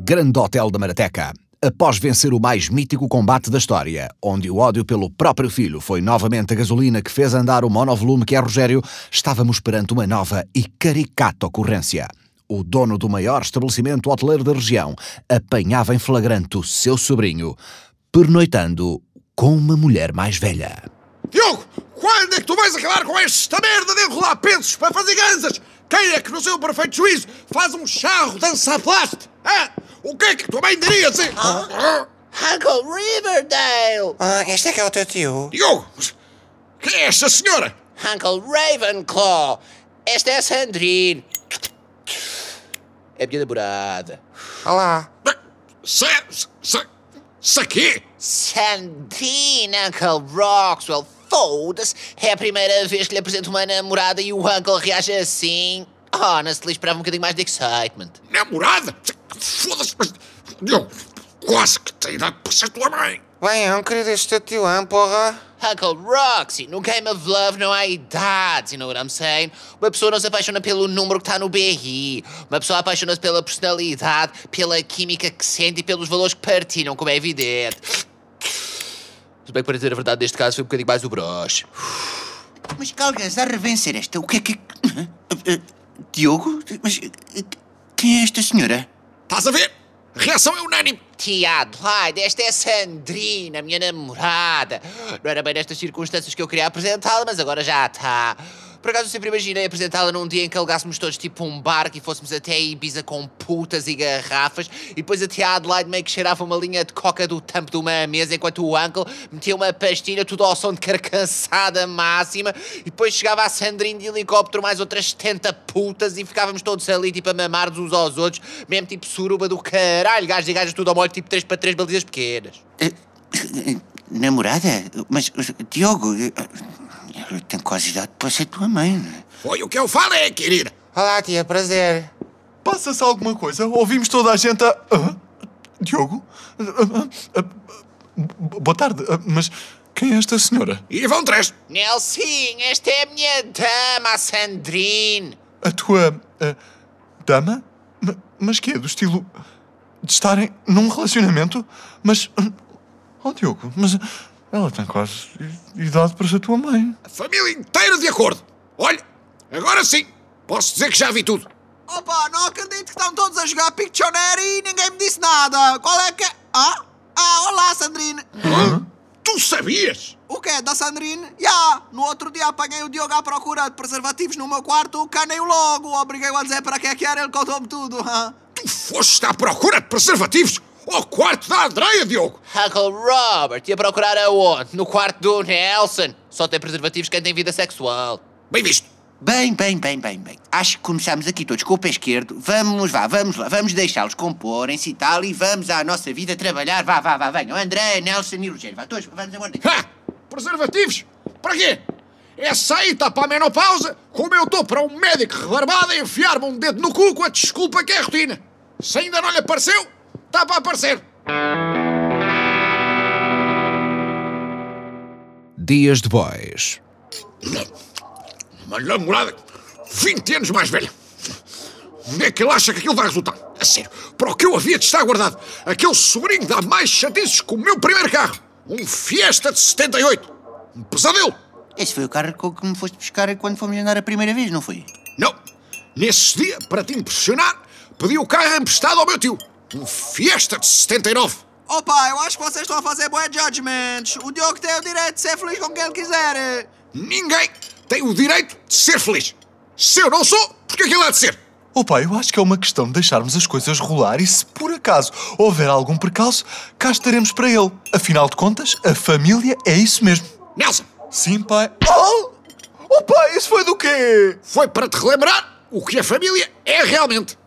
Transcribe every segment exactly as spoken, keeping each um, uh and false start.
Grande Hotel da Marateca. Após vencer o mais mítico combate da história, onde o ódio pelo próprio filho foi novamente a gasolina que fez andar o monovolume que é Rogério, estávamos perante uma nova e caricata ocorrência. O dono do maior estabelecimento hoteleiro da região apanhava em flagrante o seu sobrinho, pernoitando com uma mulher mais velha. Diogo, quando é que tu vais acabar com esta merda de enrolar pensos para fazer ganzas? Quem é que no seu perfeito juízo faz um charro dança plast? Ah, o que é que tua mãe diria assim? Ah, Uncle Riverdale! Ah, este é que é o teu tio? Diogo, quem é esta senhora? Uncle Ravenclaw! Esta é a Sandrine. É a minha namorada. Olá. Sa... Sa... Sa quê? Sandrine, Uncle Roxwell. Foda-se. É a primeira vez que lhe apresento uma namorada e o Uncle reage assim. Honestly, esperava um bocadinho mais de excitement. Namorada? Foda-se, mas... Diogo, quase que tem idade para ser tua mãe. Bem, eu não queria este teu tio, hein, porra? Uncle Roxy, no Game of Love não há idades, you know what I'm saying? Uma pessoa não se apaixona pelo número que está no B R I. Uma pessoa apaixona-se pela personalidade, pela química que sente e pelos valores que partilham, como é evidente. Se bem que, para dizer a verdade, neste caso foi um bocadinho mais o broche. Mas calgas, a revencer esta, o que é que... Diogo? Mas quem é esta senhora? Estás a ver? A reação é unânime. Tia Adelaide, esta é a Sandrine, a minha namorada. Não era bem nestas circunstâncias que eu queria apresentá-la, mas agora já está. Por acaso eu sempre imaginei apresentá-la num dia em que alugássemos todos tipo um barco e fôssemos até Ibiza com putas e garrafas e depois a tia Adelaide meio que cheirava uma linha de coca do tampo de uma mesa enquanto o uncle metia uma pastilha tudo ao som de carcaçada máxima e depois chegava a Sandrine de helicóptero mais outras setenta putas e ficávamos todos ali tipo a mamar-nos uns aos outros, mesmo tipo suruba do caralho, gajos e gajas tudo ao molho tipo três para três balizas pequenas. Uh, namorada? Mas, Diogo... Eu tenho quase idade para ser tua mãe, não é? Foi o que eu falei, querida. Olá, tia, prazer. Passa-se alguma coisa? Ouvimos toda a gente a... Ah, Diogo? Ah, ah, ah, boa tarde, ah, mas quem é esta senhora? E vão três. Nelson, esta é a minha dama, a Sandrine. A tua... ah, dama? M- Mas que é? Do estilo... de estarem num relacionamento? Mas... Oh, Diogo, mas... ela tem quase idade para ser tua mãe. A família inteira de acordo. Olha, agora sim, posso dizer que já vi tudo. Opa, não acredito que estão todos a jogar Pictionary e ninguém me disse nada. Qual é que é? Ah? Ah, olá, Sandrine. Hã? Tu sabias? O quê? Da Sandrine? Já! Yeah. No outro dia apanhei o Diogo à procura de preservativos no meu quarto, canei-o logo. Obriguei-o a dizer para que é que era, ele contou-me tudo. Huh? Tu foste à procura de preservativos ao quarto da Andreia, Diogo. Uncle Robert, ia procurar aonde? No quarto do Nelson. Só tem preservativos quem tem vida sexual. Bem visto. Bem, bem, bem, bem, bem. Acho que começamos aqui todos com o pé esquerdo. Vamos, vá, vamos lá. Vamos deixá-los comporem-se e tal e vamos à nossa vida trabalhar. Vá, vá, vá, venham. André, Nelson e Rogério. Vá, todos, vamos embora. Ha! Preservativos? Para quê? Essa aí está para a menopausa, como eu estou para um médico rebarbado a enfiar-me um dedo no cu com a desculpa que é a rotina. Se ainda não lhe apareceu, está para aparecer. Dias depois. Uma namorada vinte anos mais velha. Onde é que ele acha que aquilo vai resultar? A sério, para o que eu havia de estar guardado, aquele sobrinho dá mais chatices que o meu primeiro carro. Um Fiesta de setenta e oito. Um pesadelo. Esse foi o carro com que me foste buscar quando fomos andar a primeira vez, não foi? Não. Nesse dia, para te impressionar, pedi o carro emprestado ao meu tio. Um Fiesta de setenta e nove. Opa, eu acho que vocês estão a fazer bué judgments. O Diogo tem o direito de ser feliz com quem ele quiser. Ninguém tem o direito de ser feliz. Se eu não sou, porque é que ele há de ser? Oh pai, eu acho que é uma questão de deixarmos as coisas rolar e se por acaso houver algum percalço, cá estaremos para ele. Afinal de contas, a família é isso mesmo. Nelson. Sim, pai. Oh! Oh pai, isso foi do quê? Foi para te relembrar o que a família é realmente.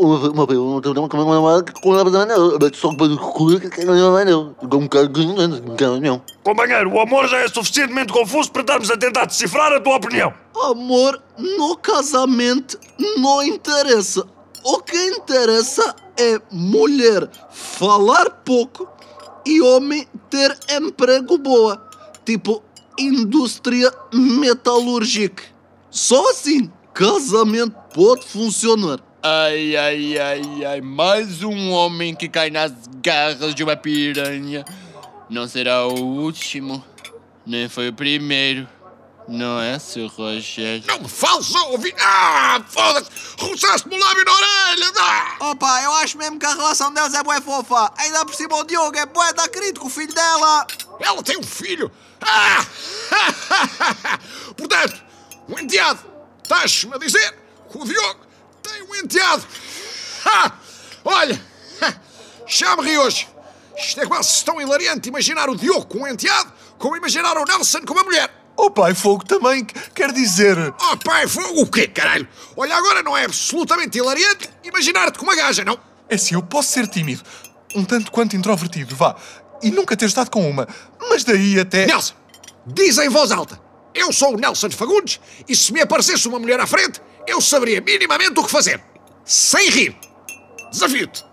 Companheiro, o amor já é suficientemente confuso para estarmos a tentar decifrar a tua opinião. Amor no casamento não interessa. O que interessa é mulher falar pouco e homem ter emprego boa. Tipo, indústria metalúrgica. Só assim casamento pode funcionar. Ai, ai, ai, ai, mais um homem que cai nas garras de uma piranha. Não será o último, nem foi o primeiro. Não é, seu Rogério? Não me fales a ouvir! Ah, foda-se! Roçaste-me o lábio na orelha! Ah! Opa, eu acho mesmo que a relação deles é bué fofa. Ainda por cima o Diogo é bué da querido com o filho dela. Ela tem um filho! Ah! Portanto, um enteado. Estás-me a dizer que o Diogo tem um enteado. Ah! Olha, já me ri hoje. Isto é quase tão hilariante imaginar o Diogo com um enteado como imaginar o Nelson com uma mulher. Oh pai, fogo também, quer dizer... Oh pai, fogo o quê, caralho? Olha, agora não é absolutamente hilariante imaginar-te com uma gaja, não? É assim, eu posso ser tímido, um tanto quanto introvertido, vá, e nunca ter estado com uma, mas daí até... Nelson, diz em voz alta. Eu sou o Nelson Fagundes e se me aparecesse uma mulher à frente, eu saberia minimamente o que fazer. Sem rir. Desafio-te.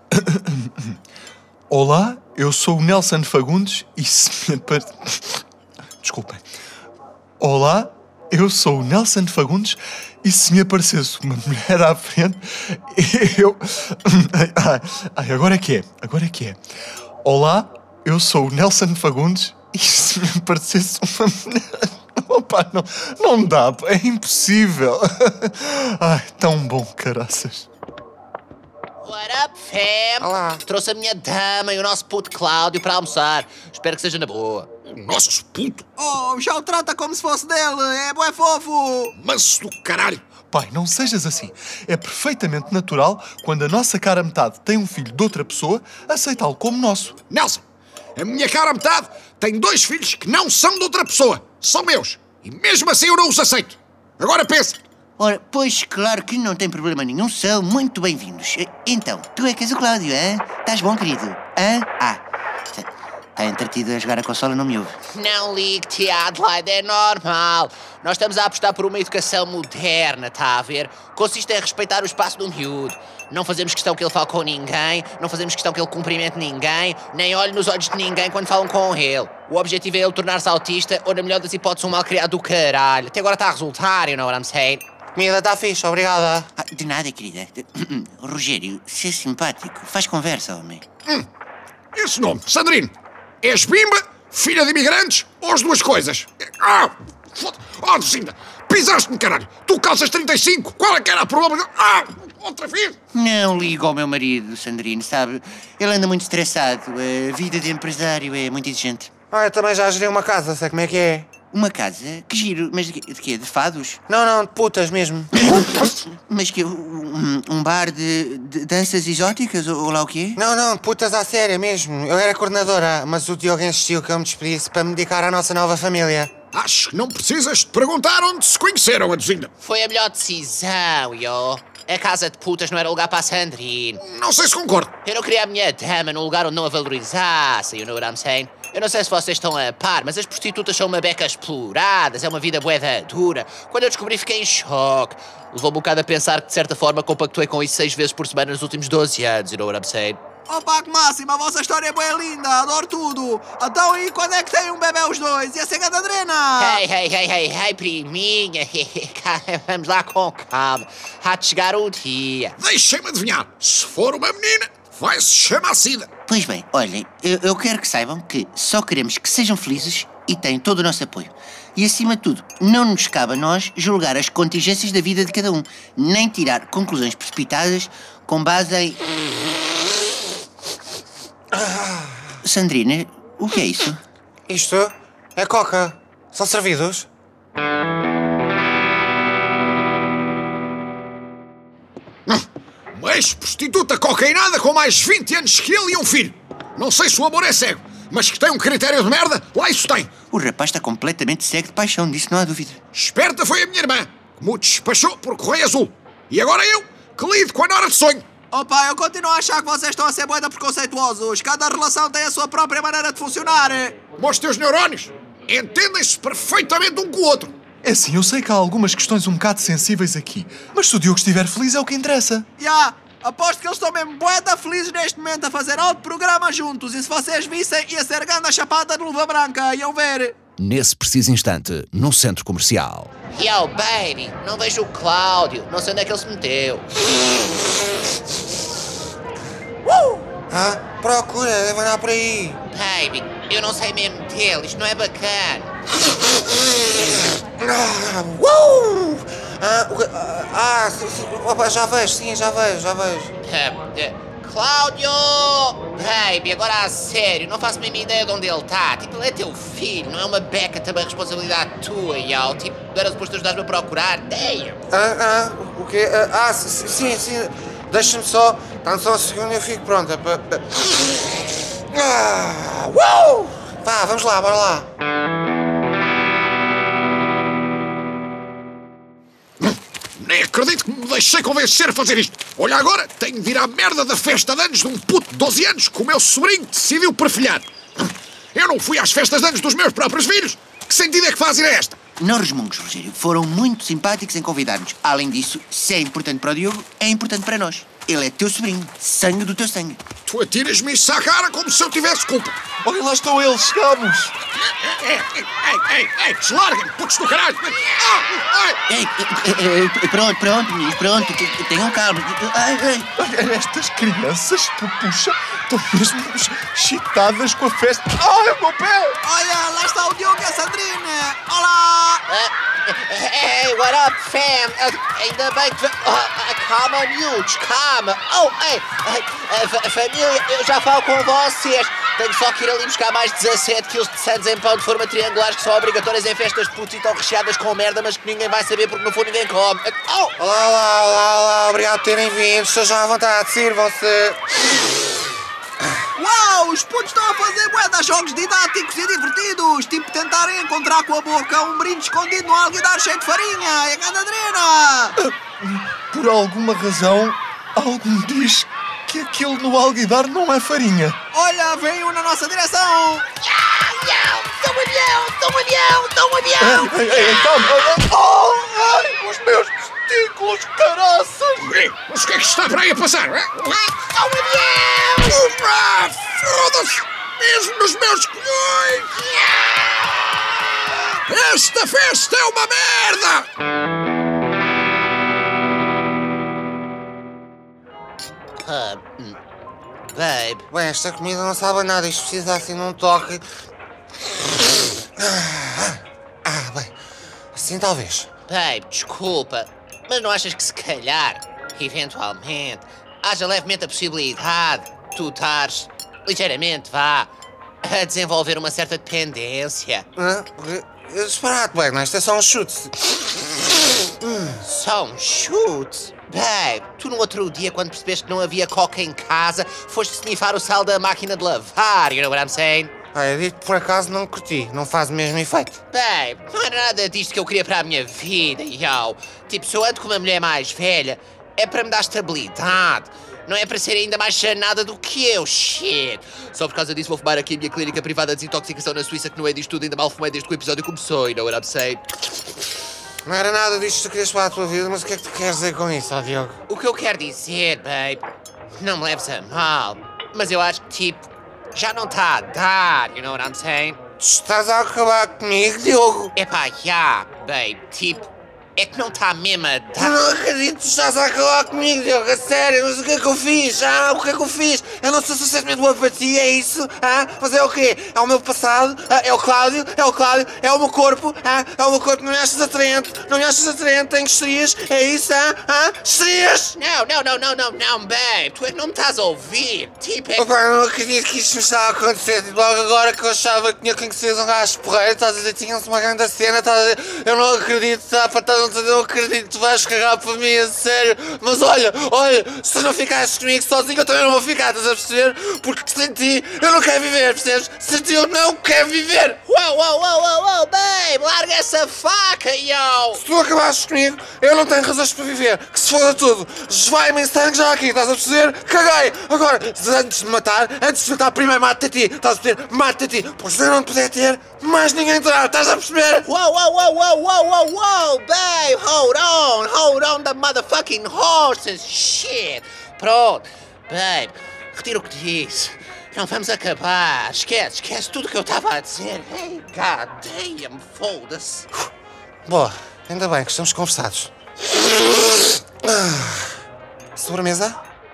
Olá, eu sou o Nelson Fagundes e se me apare... Desculpem. Olá, eu sou o Nelson Fagundes e se me aparecesse uma mulher à frente, eu... Ai, ai, agora é que é, agora é que é. Olá, eu sou o Nelson Fagundes e se me aparecesse uma mulher... Opa, não, não dá, é impossível. Ai, tão bom, caraças. What up, fam? Olá. Trouxe a minha dama e o nosso puto Cláudio para almoçar. Espero que seja na boa. Nosso puto. Oh, já o trata como se fosse dele. É bué fofo. Manso do caralho. Pai, não sejas assim. É perfeitamente natural, quando a nossa cara metade tem um filho de outra pessoa, aceitá-lo como nosso. Nelson, a minha cara metade tem dois filhos que não são de outra pessoa. São meus. E mesmo assim eu não os aceito. Agora pensa. Ora, pois claro que não tem problema nenhum, são muito bem-vindos. Então, tu é que és o Cláudio, hã? Estás bom, querido? Hã? Ah, está entretido a jogar a consola, não me ouve. Não ligue, tia Adelaide, é normal. Nós estamos a apostar por uma educação moderna, está a ver? Consiste em respeitar o espaço do miúdo. Não fazemos questão que ele fale com ninguém, não fazemos questão que ele cumprimente ninguém, nem olhe nos olhos de ninguém quando falam com ele. O objetivo é ele tornar-se autista ou, na melhor das hipóteses, um mal-criado do caralho. Até agora está a resultar, you know what I'm saying? Comida está fixe, obrigada. Ah, de nada, querida. Rogério, ser simpático. Faz conversa, homem. Hum, esse nome, Sandrine. És bimba, filha de imigrantes ou as duas coisas? Ah, foda-se. Oh, Lucinda, pisaste-me, caralho. Tu calças trinta e cinco. Qual é que era a probabilidade? Ah, outra vez. Não ligo ao meu marido, Sandrine, sabe? Ele anda muito estressado. A vida de empresário é muito exigente. Ah, eu também já gerei uma casa, sei como é que é. Uma casa? Que giro. Mas de quê? De, quê? De fados? Não, não, de putas mesmo. Mas que um, um bar de, de danças exóticas ou, ou lá o quê? Não, não, de putas à séria mesmo. Eu era coordenadora, mas o Diogo insistiu que eu me despedisse para me dedicar à nossa nova família. Acho que não precisas de perguntar onde se conheceram, Aduzinda. Foi a melhor decisão, yo. A casa de putas não era lugar para a Sandrine. Não sei se concordo. Eu não queria a minha dama num lugar onde não a valorizasse, you know what I'm saying? Eu não sei se vocês estão a par, mas as prostitutas são uma beca exploradas, é uma vida bué dura. Quando eu descobri fiquei em choque. Levou um bocado a pensar que, de certa forma, compactuei com isso seis vezes por semana nos últimos doze anos, you know what I'm saying? Opa, que máximo, a vossa história é bué linda, adoro tudo. Então e quando é que têm um bebê os dois? E a cega da drena? Hey, hey, hey, hey, hey, priminha. Vamos lá com calma. Há de chegar o dia. Deixem-me adivinhar. Se for uma menina, vai-se chamar Cida. Pois bem, olhem, eu, eu quero que saibam que só queremos que sejam felizes e têm todo o nosso apoio. E, acima de tudo, não nos cabe a nós julgar as contingências da vida de cada um, nem tirar conclusões precipitadas com base em... Sandrine, o que é isso? Isto é coca. São servidos? Uma ex-prostituta cocainada com mais vinte anos que ele e um filho. Não sei se o amor é cego, mas que tem um critério de merda, lá isso tem. O rapaz está completamente cego de paixão, disso não há dúvida. Esperta foi a minha irmã, que me despachou por correio azul. E agora eu, que lido com a nora de sonho. Opa, eu continuo a achar que vocês estão a ser bué de preconceituosos. Cada relação tem a sua própria maneira de funcionar. Como os teus neurónios, entendem-se perfeitamente um com o outro. É assim, eu sei que há algumas questões um bocado sensíveis aqui, mas se o Diogo estiver feliz é o que interessa. Já, yeah, aposto que eles estão mesmo bué de felizes neste momento a fazer outro programa juntos. E se vocês vissem, ia ser grande a chapada de luva branca, iam ver. nesse preciso instante, no centro comercial. Yo, baby, não vejo o Cláudio. Não sei onde é que ele se meteu. Uh! Ah, procura, deve andar por aí. Baby, eu não sei mesmo dele. Isto não é bacana. Ah, uh! ah, ah, ah sim, sim. Opa, já vejo, sim, já vejo, já vejo. Uh, uh, Cláudio! Baby, agora a sério, não faço a mesma ideia de onde ele está. Tipo, ele é teu filho, não é uma beca também responsabilidade tua, yo. Tipo, não era suposto ajudar-me a procurar? Damn! Ah, ah, o quê? Ah, ah sim, sim. Deixa-me só, dá-me só um segundo e eu fico pronta. Ah, uh! Vá, vamos lá, bora lá. Nem acredito que me deixei convencer a fazer isto. Olha agora, tenho de ir à merda da festa de anos de um puto de doze anos que o meu sobrinho decidiu perfilhar. Eu não fui às festas de anos dos meus próprios filhos. Que sentido é que faz ir a esta? Não resmungues, Rogério. Foram muito simpáticos em convidar-nos. Além disso, se é importante para o Diogo, é importante para nós. Ele é teu sobrinho, sangue do teu sangue. Tu atiras-me isso à cara como se eu tivesse culpa. Olha, lá estão eles, chegamos! Ei, ei, ei, ei, ei, deslarguem-me, putos do caralho! Ah, ei, ei, ei, pronto, pronto, meninos, pronto, tenham calma. Ai, ai. Olha, estas crianças, puxa, estão mesmo excitadas com a festa. Ai, o meu pé! Olha, lá está o Diogo e a Sandrina. Olá! Hey, what up, fam? Uh, ainda bem que... Uh, calma, miúdos, calma. Oh, ei, uh, família, eu já falo com vocês. Tenho só que ir ali buscar mais dezassete quilos de sandes em pão de forma triangular que são obrigatórias em festas de putos e estão recheadas com merda, mas que ninguém vai saber porque no fundo ninguém come. Oh. Olá, olá, olá, olá, obrigado por terem vindo. Estejam à vontade, sirvam-se. Uau, os putos estão a fazer bué de jogos didáticos e divertidos. Tipo tentarem encontrar com a boca um brinde escondido no alguidar cheio de farinha. É grande adrena. Por alguma razão, algo me diz que aquilo no alguidar não é farinha. Olha, vem um na nossa direção. Estão um avião, estão um avião, estão um avião. Ei, ei, ei, calma. Oh, ai, os meus testículos, caraças. ei, mas o que é que está para aí a passar? Estão um avião. Ah, foda-se! Mesmo nos meus colhões! Esta festa é uma merda! Uh, babe. Bem, esta comida não sabe a nada. Isto precisa assim de um toque. Ah, ah, bem. Assim talvez. Babe, desculpa, mas não achas que se calhar, eventualmente, haja levemente a possibilidade de tu estares, ligeiramente, vá, a desenvolver uma certa dependência? Ah, disparate, bem, isto é só um chute. Só um chute? Babe, tu no outro dia, quando percebeste que não havia coca em casa, foste snifar o sal da máquina de lavar, you know what I'm saying? Ah, eu digo que por acaso não curti, não faz o mesmo efeito. Babe, não era nada disto que eu queria para a minha vida, yo. Tipo, se eu ando com uma mulher mais velha, é para me dar estabilidade. Não é para ser ainda mais chanada do que eu, shit. Só por causa disso vou fumar aqui a minha clínica privada de desintoxicação na Suíça, que não é disto tudo, ainda mal fumei desde que o episódio começou, you know what I'm saying? Não era nada disto que tu querias para a tua vida, mas o que é que tu queres dizer com isso, ó Diogo? O que eu quero dizer, babe, não me leves a mal, mas eu acho que, tipo, já não está a dar, you know what I'm saying? Tu estás a acabar comigo, Diogo? Epá, já, yeah, babe, tipo, é que não está mesmo a Eu dar. não acredito que tu estás a acabar comigo, Diogo, a sério, mas o que é que eu fiz? Ah, o que é que eu fiz? Eu não sou suficientemente boa para ti, é isso? Ah, mas é o quê? É o meu passado? Ah, é o Cláudio? É o Cláudio? É o meu corpo? Ah, é o meu corpo, não me achas atraente? Não me achas atraente? Tenho estrias? É isso? Ah, ah, estrias? Não, não, não, não, não, não, babe, tu é que não me estás a ouvir. Tipo, é que... Opa, eu não acredito que isto me está a acontecer. Tipo, logo agora que eu achava que tinha conhecido um gajo porreiro, estás a dizer, tinha-se uma grande cena, estás a dizer, eu não acredito, tá, pá, estás a dizer, eu não acredito, tu vais cagar para mim, a sério. Mas olha, olha, se tu não ficares comigo sozinho, eu também não vou ficar, estás a perceber? Porque sem ti eu não quero viver, percebes? Sem ti eu não quero viver. Uou, uou, uou, uou, uou, babe, larga essa faca, yo. Se tu acabaste comigo, eu não tenho razões para viver. Que se foda tudo. Vai-me em sangue já aqui, estás a perceber? Caguei. Agora, antes de matar, antes de matar, primeiro mata-te a ti. Estás a perceber? Mata-te a ti. Porque se eu não te puder ter, mais ninguém terá. Estás a perceber? Uou, uou, uou, uou, uou, uou, uou, babe, hold on, hold on the motherfucking horses, shit. Pronto, babe, retiro o que disse. Não vamos acabar. Esquece, esquece tudo o que eu estava a dizer. Hey, god damn, foda-se. Boa, ainda bem que estamos conversados. Sobremesa?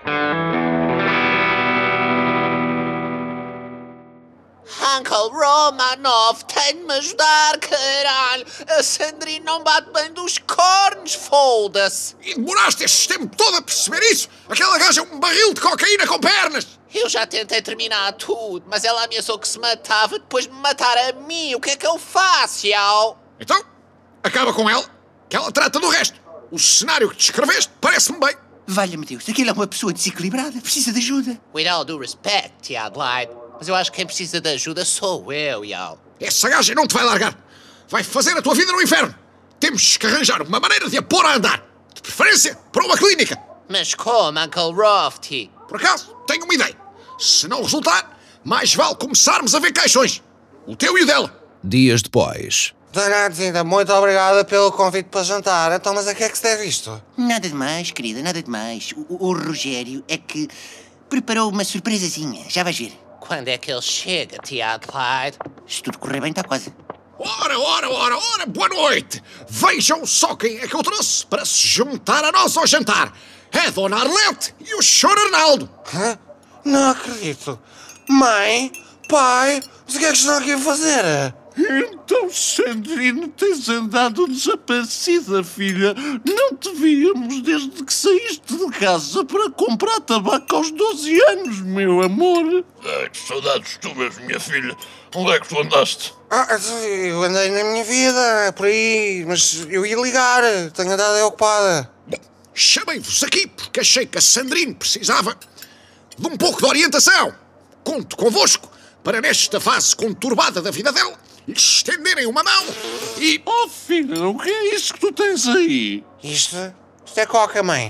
Uncle Romanov, tem de me ajudar, caralho. A Sandrine não bate bem dos cornos, foda-se. E demoraste este tempo todo a perceber isso? Aquela gaja é um barril de cocaína com pernas! Eu já tentei terminar tudo, mas ela ameaçou que se matava depois de me matar a mim. O que é que eu faço, Yao? Então, acaba com ela, que ela trata do resto. O cenário que descreveste parece-me bem. Valha-me Deus, aquilo é uma pessoa desequilibrada, precisa de ajuda. With all due respect, Adelaide, mas eu acho que quem precisa de ajuda sou eu, Yao. Essa gaja não te vai largar. Vai fazer a tua vida no inferno. Temos que arranjar uma maneira de a pôr a andar. De preferência, para uma clínica. Mas como, Uncle Rofty? Por acaso, tenho uma ideia. Se não resultar, mais vale começarmos a ver caixões. O teu e o dela. Dias depois. Dona Adzinda, muito obrigada pelo convite para jantar. Então, mas a que é que se deve isto? Nada de mais, querida, nada de mais. O, o Rogério é que preparou uma surpresazinha, já vais ver. Quando é que ele chega, tia Adelaide? Se tudo correr bem, está quase. Ora, ora, ora, ora, boa noite. Vejam só quem é que eu trouxe para se juntar a nós ao jantar. É Dona Arlete e o senhor Arnaldo. Hã? Não acredito. Mãe, pai, mas o que é que estão aqui a fazer? Então, Sandrine, tens andado desaparecida, filha. Não te víamos desde que saíste de casa para comprar tabaco aos doze anos, meu amor. Ai, que saudades tuas, minha filha. Onde é que tu andaste? Ah, eu andei na minha vida, por aí, mas eu ia ligar, tenho andado ocupada. Bom, chamei-vos aqui porque achei que a Sandrine precisava de um pouco de orientação. Conto convosco para, nesta fase conturbada da vida dela, lhe estenderem uma mão e... Oh, filha, o que é isso que tu tens aí? Isto? Isto é coca, mãe.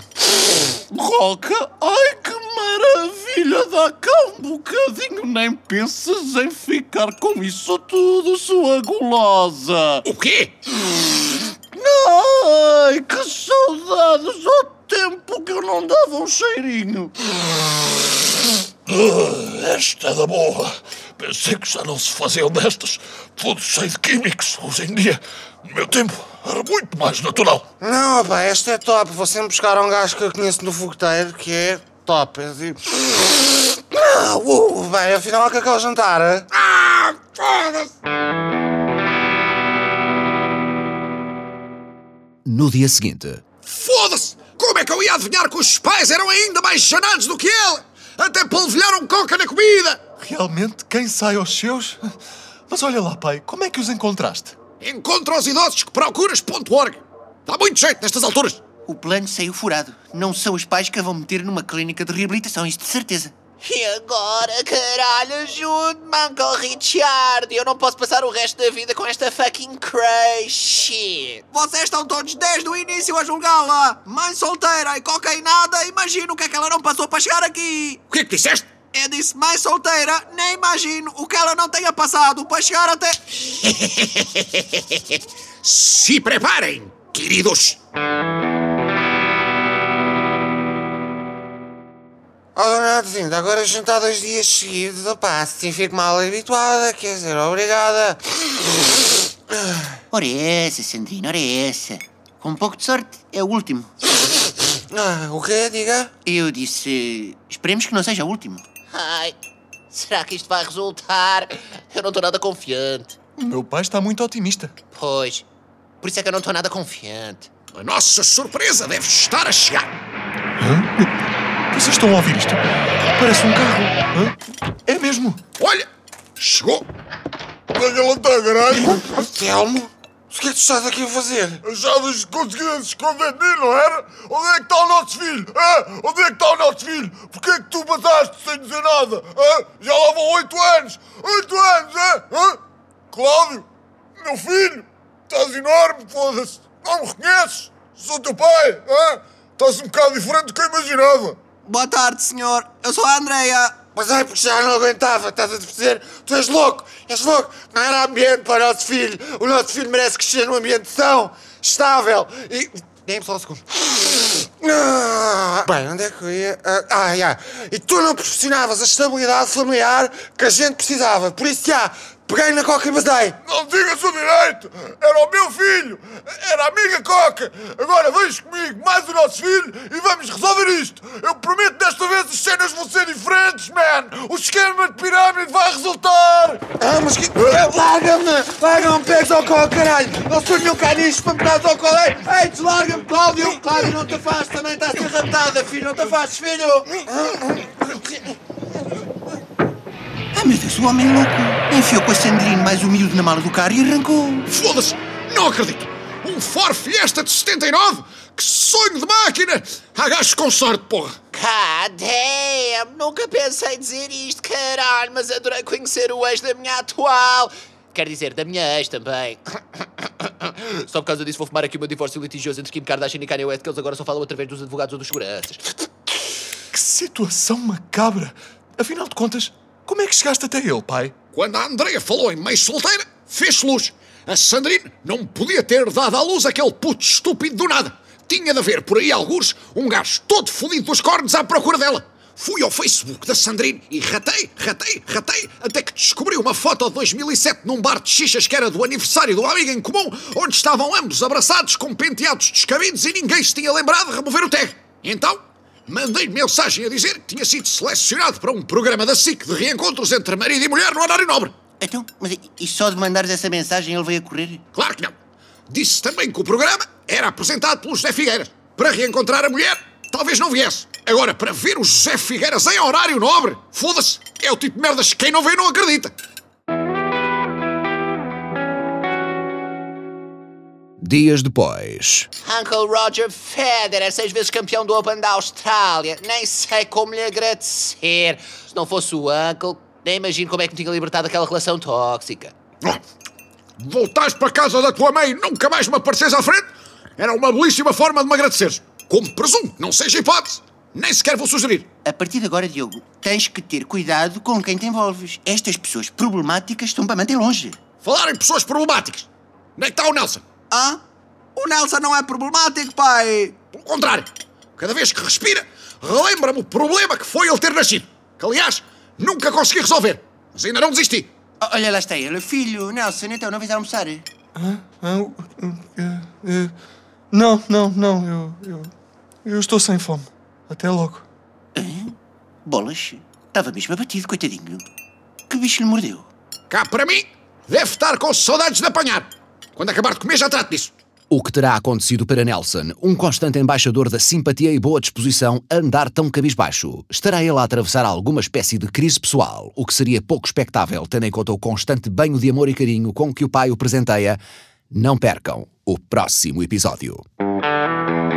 Coca? Ai, que maravilha! Dá cá um bocadinho, nem pensas em ficar com isso tudo, sua gulosa. O quê? Ai, que saudades! Ao tempo que eu não dava um cheirinho. Ah, esta é da boa. Pensei que já não se faziam destas. Tudo cheio de químicos. Hoje em dia, no meu tempo, era muito mais natural. Não, pá, esta é top. Vou sempre buscar um gajo que eu conheço no fogueteiro, que é top. É tipo... Ah, uh, bem, afinal, o que é que é o jantar? Hein? Ah, foda-se! No dia seguinte. Foda-se! Como é que eu ia adivinhar que os pais eram ainda mais chanados do que ele? Até polvilharam coca na comida! Realmente, quem sai aos seus? Mas olha lá, pai, como é que os encontraste? Encontra os idosos que procuras ponto org. Dá muito jeito nestas alturas. O plano saiu furado. Não são os pais que a vão meter numa clínica de reabilitação, isto de certeza. E agora, caralho, ajude-me, Uncle Richard. Eu não posso passar o resto da vida com esta fucking crazy shit. Vocês estão todos desde o início a julgá-la. Mãe solteira e cocainada, imagino o que é que ela não passou para chegar aqui. O que é que disseste? Eu disse mãe solteira, nem imagino o que ela não tenha passado para chegar até... Se preparem, queridos. Oh, dona Adzinda, agora jantar dois dias seguidos, opá, assim fico mal habituada, quer dizer, obrigada. Ora é essa, Sandrina, ora é essa. Com um pouco de sorte, é o último. Ah, o quê? Diga? Eu disse, esperemos que não seja o último. Ai, será que isto vai resultar? Eu não estou nada confiante. O meu pai está muito otimista. Pois, por isso é que eu não estou nada confiante. A nossa surpresa deve estar a chegar. Hã? Vocês estão a ouvir isto? Parece um carro. Hã? É mesmo. Olha, chegou. Onde é que ela está, caralho? Telmo? O que é que tu estás aqui a fazer? Achavas que conseguias esconder de mim, não era? Onde é que está o nosso filho? Hã? Onde é que está o nosso filho? Porquê é que tu passaste sem dizer nada? Hã? Já lá vão oito anos! Oito anos, hã? Hã? Cláudio, meu filho, estás enorme, foda-se. Não me reconheces? Sou teu pai, hã? Estás um bocado diferente do que eu imaginava. Boa tarde, senhor. Eu sou a Andreia. Mas é porque já não aguentava, estás a dizer? Tu és louco, és louco. Não era ambiente para o nosso filho. O nosso filho merece crescer num ambiente são, estável e... Dê-me só um segundo. Ah, bem, onde é que eu ia? Ah, ah, já. E tu não proporcionavas a estabilidade familiar que a gente precisava. Por isso, já, peguei na Coca e basei. Não digas o direito! Era o meu filho! Era a minha Coca! Agora vens comigo, mais o nosso filho, e vamos resolver isto! Eu prometo desta vez as cenas vão ser diferentes, man! O esquema de pirâmide vai resultar! Ah, mas que... Larga-me! Larga-me, pegas ao Coca, caralho! Não sou nenhum caniche para me dar ao colé! Ei, deslarga-me, Cláudio! Cláudio, não te afastes, também estás a ser raptada, filho! Não te afastes, filho! Ah, meu Deus, o homem louco enfiou com a Sandrine mais o miúdo na mala do carro e arrancou. Foda-se! Não acredito! Um Ford Fiesta de setenta e nove? Que sonho de máquina! Há gajos com sorte, porra! God damn! Nunca pensei dizer isto, caralho, mas adorei conhecer o ex da minha atual. Quer dizer, da minha ex também. Só por causa disso vou fumar aqui o meu divórcio litigioso entre Kim Kardashian e Kanye West, que eles agora só falam através dos advogados ou dos seguranças. Que situação macabra! Afinal de contas, como é que chegaste até ele, pai? Quando a Andreia falou em mãe solteira, fez luz. A Sandrine não podia ter dado à luz aquele puto estúpido do nada. Tinha de haver por aí algures um gajo todo fodido dos cornos à procura dela. Fui ao Facebook da Sandrine e ratei, ratei, ratei, até que descobri uma foto de dois mil e sete num bar de xixas que era do aniversário do amigo em comum, onde estavam ambos abraçados com penteados descabidos e ninguém se tinha lembrado de remover o tag. Então, mandei mensagem a dizer que tinha sido selecionado para um programa da S I C de reencontros entre marido e mulher no horário nobre. Então, mas e só de mandares essa mensagem ele veio a correr? Claro que não. Disse também que o programa era apresentado pelo José Figueiras. Para reencontrar a mulher, talvez não viesse. Agora, para ver o José Figueiras em horário nobre, foda-se, é o tipo de merdas que quem não vê não acredita. Dias depois. Uncle Roger Federer, seis vezes campeão do Open da Austrália. Nem sei como lhe agradecer. Se não fosse o Uncle, nem imagino como é que me tinha libertado daquela relação tóxica. Oh, voltares para a casa da tua mãe e nunca mais me apareces à frente? Era uma belíssima forma de me agradeceres. Como presumo, não seja hipótese. Nem sequer vou sugerir. A partir de agora, Diogo, tens que ter cuidado com quem te envolves. Estas pessoas problemáticas estão para manter longe. Falar em pessoas problemáticas. Onde é que está o Nelson? Ah? O Nelson não é problemático, pai. Pelo contrário. Cada vez que respira, relembra-me o problema que foi ele ter nascido. Que, aliás, nunca consegui resolver. Mas ainda não desisti. Oh, olha, lá está ele. Filho, Nelson, então não vais almoçar? Ah, ah, uh, uh, uh, não, não, não. Eu, eu, eu estou sem fome. Até logo. Ah, bolas. Estava mesmo abatido, coitadinho. Que bicho lhe mordeu? Cá para mim, deve estar com saudades de apanhar. Quando acabar de comer, já trato disso. O que terá acontecido para Nelson, um constante embaixador da simpatia e boa disposição, a andar tão cabisbaixo? Estará ele a atravessar alguma espécie de crise pessoal, o que seria pouco expectável, tendo em conta o constante banho de amor e carinho com que o pai o presenteia? Não percam o próximo episódio.